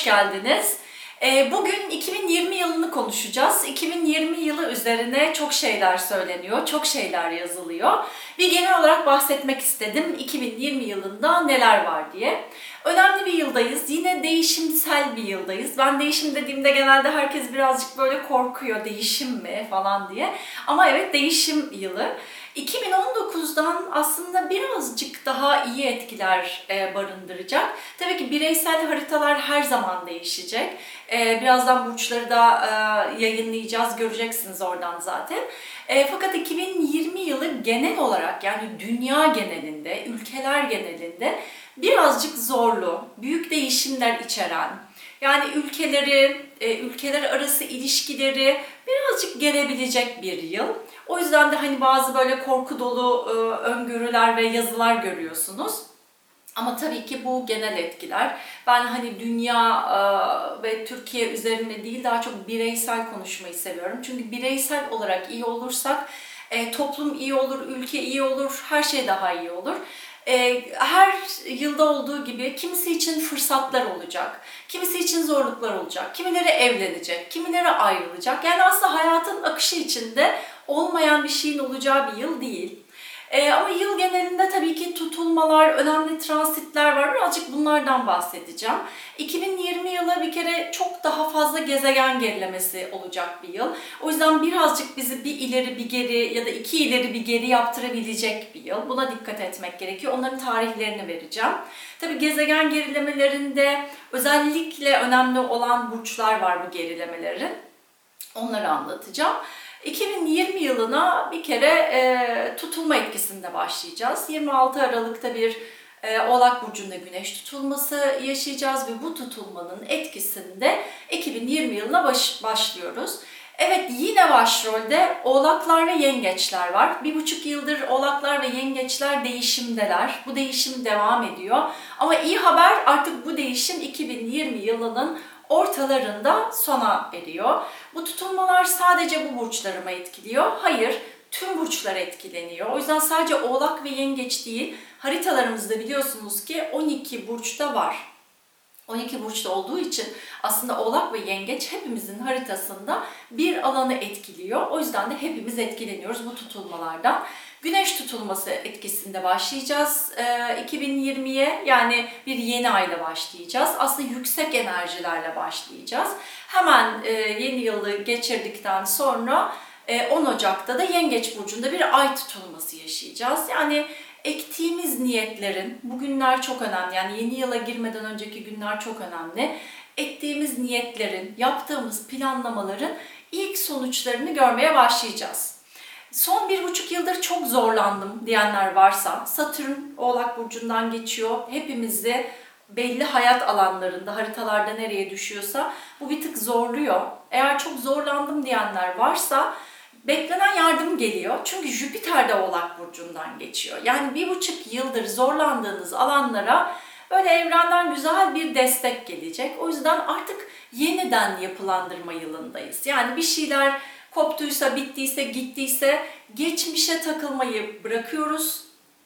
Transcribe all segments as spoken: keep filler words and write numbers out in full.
geldiniz. Ee, Bugün iki bin yirmi yılını konuşacağız. iki bin yirmi yılı üzerine çok şeyler söyleniyor, çok şeyler yazılıyor. Bir genel olarak bahsetmek istedim iki bin yirmi yılında neler var diye. Önemli bir yıldayız, yine değişimsel bir yıldayız. Ben değişim dediğimde genelde herkes birazcık böyle korkuyor, değişim mi falan diye. Ama evet, değişim yılı. iki bin on dokuzdan aslında birazcık daha iyi etkiler barındıracak. Tabii ki bireysel haritalar her zaman değişecek. Birazdan burçları da yayınlayacağız, göreceksiniz oradan zaten. Fakat iki bin yirmi yılı genel olarak, yani dünya genelinde, ülkeler genelinde birazcık zorlu, büyük değişimler içeren, yani ülkeleri, ülkeler arası ilişkileri birazcık gelebilecek bir yıl. O yüzden de hani bazı böyle korku dolu öngörüler ve yazılar görüyorsunuz. Ama tabii ki bu genel etkiler. Ben hani dünya ve Türkiye üzerinde değil, daha çok bireysel konuşmayı seviyorum. Çünkü bireysel olarak iyi olursak toplum iyi olur, ülke iyi olur, her şey daha iyi olur. Her yılda olduğu gibi kimisi için fırsatlar olacak, kimisi için zorluklar olacak, kimileri evlenecek, kimileri ayrılacak. Yani aslında hayatın akışı içinde olmayan bir şeyin olacağı bir yıl değil. Ee, ama yıl genelinde tabii ki tutulmalar, önemli transitler var. Birazcık bunlardan bahsedeceğim. iki bin yirmi yılı bir kere çok daha fazla gezegen gerilemesi olacak bir yıl. O yüzden birazcık bizi bir ileri bir geri ya da iki ileri bir geri yaptırabilecek bir yıl. Buna dikkat etmek gerekiyor. Onların tarihlerini vereceğim. Tabii gezegen gerilemelerinde özellikle önemli olan burçlar var bu gerilemelerin. Onları anlatacağım. iki bin yirmi yılına bir kere e, tutulma etkisinde başlayacağız. yirmi altı Aralık'ta bir e, Oğlak Burcu'nda güneş tutulması yaşayacağız ve bu tutulmanın etkisinde iki bin yirmi yılına baş, başlıyoruz. Evet, yine başrolde Oğlaklar ve Yengeçler var. Bir buçuk yıldır Oğlaklar ve Yengeçler değişimdeler. Bu değişim devam ediyor. Ama iyi haber, artık bu değişim iki bin yirmi yılının ortalarında sona eriyor. Bu tutulmalar sadece bu burçları mı etkiliyor? Hayır, tüm burçlar etkileniyor. O yüzden sadece Oğlak ve Yengeç değil, haritalarımızda biliyorsunuz ki on iki burçta var. on iki burçta olduğu için aslında Oğlak ve Yengeç hepimizin haritasında bir alanı etkiliyor. O yüzden de hepimiz etkileniyoruz bu tutulmalardan. Güneş tutulması etkisinde başlayacağız iki bin yirmiye, yani bir yeni ayla başlayacağız. Aslında yüksek enerjilerle başlayacağız. Hemen yeni yılı geçirdikten sonra on Ocak'ta da Yengeç Burcu'nda bir ay tutulması yaşayacağız. Yani ektiğimiz niyetlerin, bu günler çok önemli, yani yeni yıla girmeden önceki günler çok önemli. Ektiğimiz niyetlerin, yaptığımız planlamaların ilk sonuçlarını görmeye başlayacağız. Son bir buçuk yıldır çok zorlandım diyenler varsa, Satürn Oğlak Burcu'ndan geçiyor. Hepimizi belli hayat alanlarında, haritalarda nereye düşüyorsa bu bir tık zorluyor. Eğer çok zorlandım diyenler varsa, beklenen yardım geliyor. Çünkü Jüpiter de Oğlak Burcu'ndan geçiyor. Yani bir buçuk yıldır zorlandığınız alanlara böyle evrenden güzel bir destek gelecek. O yüzden artık yeniden yapılandırma yılındayız. Yani bir şeyler koptuysa, bittiyse, gittiyse geçmişe takılmayı bırakıyoruz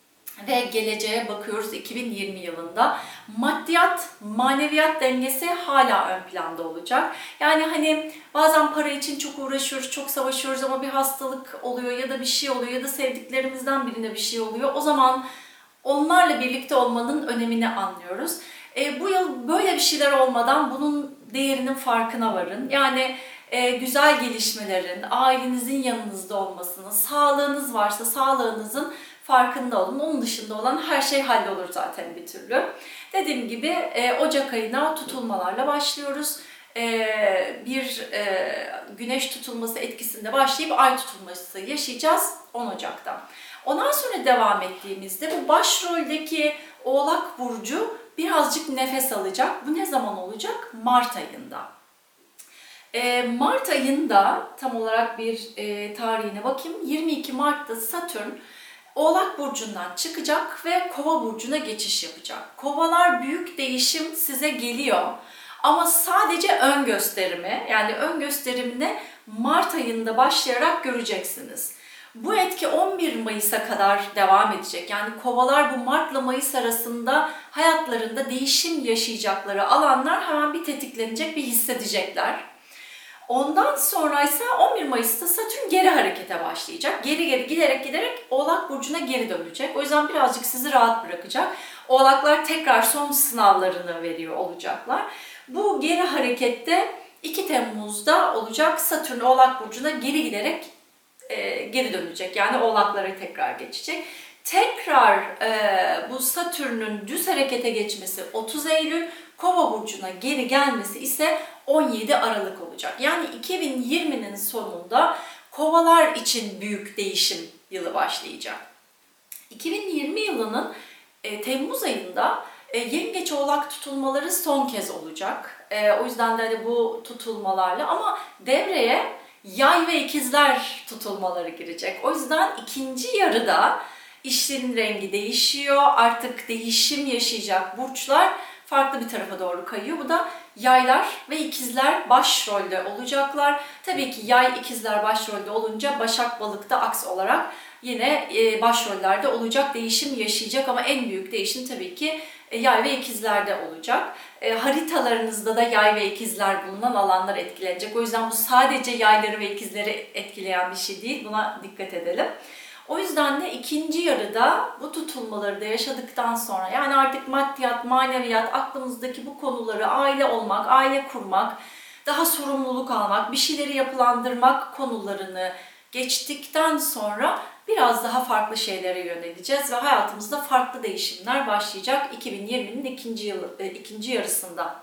ve geleceğe bakıyoruz iki bin yirmi yılında. Maddiyat, maneviyat dengesi hala ön planda olacak. Yani hani bazen para için çok uğraşıyoruz, çok savaşıyoruz ama bir hastalık oluyor ya da bir şey oluyor ya da sevdiklerimizden birine bir şey oluyor. O zaman onlarla birlikte olmanın önemini anlıyoruz. E, bu yıl böyle bir şeyler olmadan bunun değerinin farkına varın. Yani e, güzel gelişmelerin, ailenizin yanınızda olmasının, sağlığınız varsa sağlığınızın farkında olun. Onun dışında olan her şey hallolur zaten bir türlü. Dediğim gibi e, Ocak ayına tutulmalarla başlıyoruz. E, bir e, güneş tutulması etkisinde başlayıp ay tutulması yaşayacağız on Ocak'ta. Ondan sonra devam ettiğimizde bu başroldeki Oğlak Burcu birazcık nefes alacak. Bu ne zaman olacak? Mart ayında. E, Mart ayında tam olarak bir e, tarihine bakayım. yirmi iki Mart'ta Satürn Oğlak Burcu'ndan çıkacak ve Kova Burcu'na geçiş yapacak. Kovalar büyük değişim size geliyor. Ama sadece ön gösterimi, yani ön gösterimini Mart ayında başlayarak göreceksiniz. Bu etki on bir Mayıs'a kadar devam edecek. Yani kovalar bu Mart'la Mayıs arasında hayatlarında değişim yaşayacakları alanlar hemen bir tetiklenecek, bir hissedecekler. Ondan sonra ise on bir Mayıs'ta Satürn geri harekete başlayacak. Geri geri giderek giderek Oğlak Burcu'na geri dönecek. O yüzden birazcık sizi rahat bırakacak. Oğlaklar tekrar son sınavlarını veriyor olacaklar. Bu geri harekette iki Temmuz'da olacak. Satürn Oğlak Burcu'na geri giderek e, geri dönecek. Yani Oğlaklara tekrar geçecek. Tekrar e, bu Satürn'ün düz harekete geçmesi otuz Eylül, Kova burcuna geri gelmesi ise on yedi Aralık olacak. Yani iki bin yirminin sonunda Kovalar için büyük değişim yılı başlayacak. iki bin yirmi yılının e, Temmuz ayında e, Yengeç Oğlak tutulmaları son kez olacak. E, o yüzden de hani bu tutulmalarla ama devreye Yay ve İkizler tutulmaları girecek. O yüzden ikinci yarıda işlerin rengi değişiyor. Artık değişim yaşayacak burçlar farklı bir tarafa doğru kayıyor. Bu da Yaylar ve İkizler başrolde olacaklar. Tabii ki Yay, İkizler başrolde olunca Başak, Balık'ta aks olarak yine başrollerde olacak, değişim yaşayacak ama en büyük değişim tabii ki Yay ve İkizler'de olacak. E, haritalarınızda da Yay ve İkizler bulunan alanlar etkilenecek. O yüzden bu sadece Yayları ve İkizleri etkileyen bir şey değil. Buna dikkat edelim. O yüzden de ikinci yarıda bu tutulmaları da yaşadıktan sonra yani artık maddiyat, maneviyat, aklımızdaki bu konuları aile olmak, aile kurmak, daha sorumluluk almak, bir şeyleri yapılandırmak konularını geçtikten sonra biraz daha farklı şeylere yöneleceğiz ve hayatımızda farklı değişimler başlayacak iki bin yirminin ikinci, yılı, ikinci yarısında.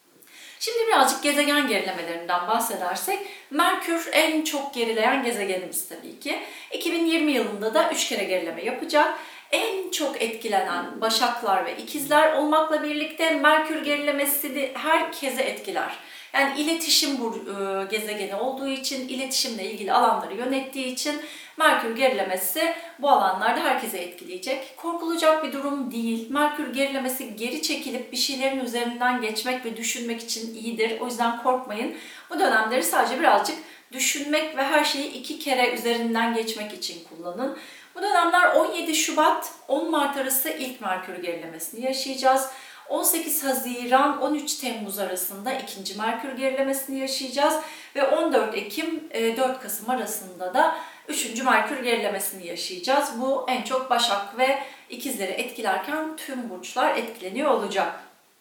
Şimdi birazcık gezegen gerilemelerinden bahsedersek, Merkür en çok gerileyen gezegenimiz tabii ki. iki bin yirmi yılında da üç kere gerileme yapacak. En çok etkilenen Başaklar ve İkizler olmakla birlikte Merkür gerilemesi de herkese etkiler. Yani iletişim bu gezegeni olduğu için, iletişimle ilgili alanları yönettiği için Merkür gerilemesi bu alanlarda herkese etkileyecek. Korkulacak bir durum değil. Merkür gerilemesi geri çekilip bir şeylerin üzerinden geçmek ve düşünmek için iyidir. O yüzden korkmayın. Bu dönemleri sadece birazcık düşünmek ve her şeyi iki kere üzerinden geçmek için kullanın. Bu dönemler on yedi Şubat on Mart arası ilk Merkür gerilemesini yaşayacağız. on sekiz Haziran on üç Temmuz arasında ikinci Merkür gerilemesini yaşayacağız ve on dört Ekim dört Kasım arasında da üçüncü Merkür gerilemesini yaşayacağız. Bu en çok Başak ve İkizleri etkilerken tüm burçlar etkileniyor olacak.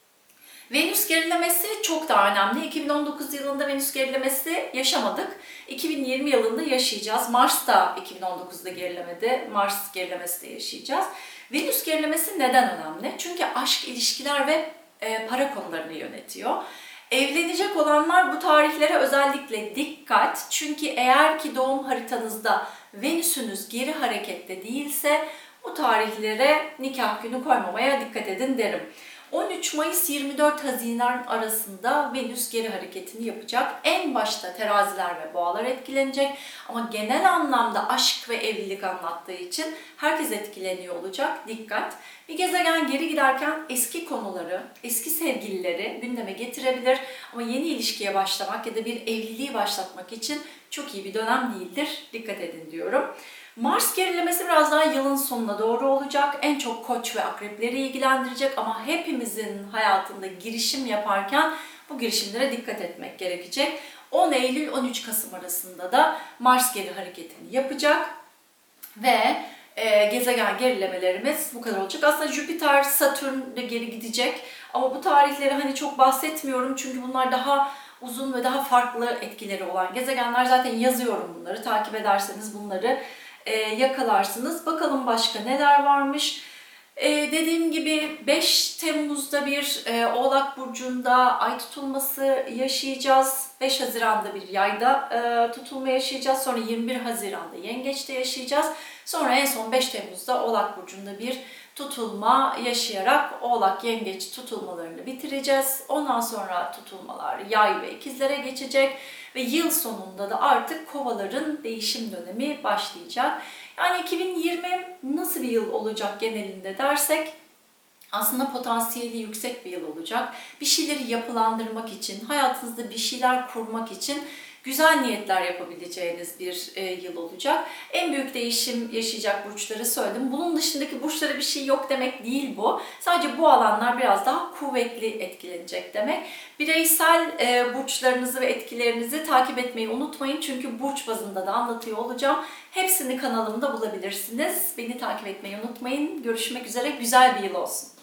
Venüs gerilemesi çok daha önemli. iki bin on dokuz yılında Venüs gerilemesi yaşamadık. iki bin yirmi yılında yaşayacağız. Mars da iki bin on dokuzda gerilemedi. Mars gerilemesi de yaşayacağız. Venüs gerilemesi neden önemli? Çünkü aşk, ilişkiler ve e, para konularını yönetiyor. Evlenecek olanlar bu tarihlere özellikle dikkat. Çünkü eğer ki doğum haritanızda Venüs'ünüz geri harekette değilse bu tarihlere nikah günü koymamaya dikkat edin derim. on üç Mayıs yirmi dört Haziran arasında Venüs geri hareketini yapacak. En başta teraziler ve boğalar etkilenecek ama genel anlamda aşk ve evlilik anlattığı için herkes etkileniyor olacak. Dikkat! Bir gezegen geri giderken eski konuları, eski sevgilileri gündeme getirebilir ama yeni ilişkiye başlamak ya da bir evliliği başlatmak için çok iyi bir dönem değildir. Dikkat edin diyorum. Mars gerilemesi biraz daha yılın sonuna doğru olacak. En çok Koç ve Akrepleri ilgilendirecek ama hepimizin hayatında girişim yaparken bu girişimlere dikkat etmek gerekecek. on Eylül on üç Kasım arasında da Mars geri hareketini yapacak ve e, gezegen gerilemelerimiz bu kadar olacak. Aslında Jüpiter, Satürn de geri gidecek ama bu tarihleri hani çok bahsetmiyorum çünkü bunlar daha uzun ve daha farklı etkileri olan gezegenler. Zaten yazıyorum bunları, takip ederseniz bunları E, yakalarsınız. Bakalım başka neler varmış. E, dediğim gibi beş Temmuz'da bir e, Oğlak Burcu'nda ay tutulması yaşayacağız. beş Haziran'da bir Yay'da e, tutulma yaşayacağız. Sonra yirmi bir Haziran'da Yengeç'te yaşayacağız. Sonra en son beş Temmuz'da Oğlak Burcu'nda bir tutulma yaşayarak Oğlak Yengeç tutulmalarını bitireceğiz. Ondan sonra tutulmalar Yay ve İkizlere geçecek. Ve yıl sonunda da artık Kovaların değişim dönemi başlayacak. Yani iki bin yirmi nasıl bir yıl olacak genelinde dersek aslında potansiyeli yüksek bir yıl olacak. Bir şeyleri yapılandırmak için, hayatınızda bir şeyler kurmak için güzel niyetler yapabileceğiniz bir e, yıl olacak. En büyük değişim yaşayacak burçları söyledim. Bunun dışındaki burçlara bir şey yok demek değil bu. Sadece bu alanlar biraz daha kuvvetli etkilenecek demek. Bireysel e, burçlarınızı ve etkilerinizi takip etmeyi unutmayın. Çünkü burç bazında da anlatıyor olacağım. Hepsini kanalımda bulabilirsiniz. Beni takip etmeyi unutmayın. Görüşmek üzere. Güzel bir yıl olsun.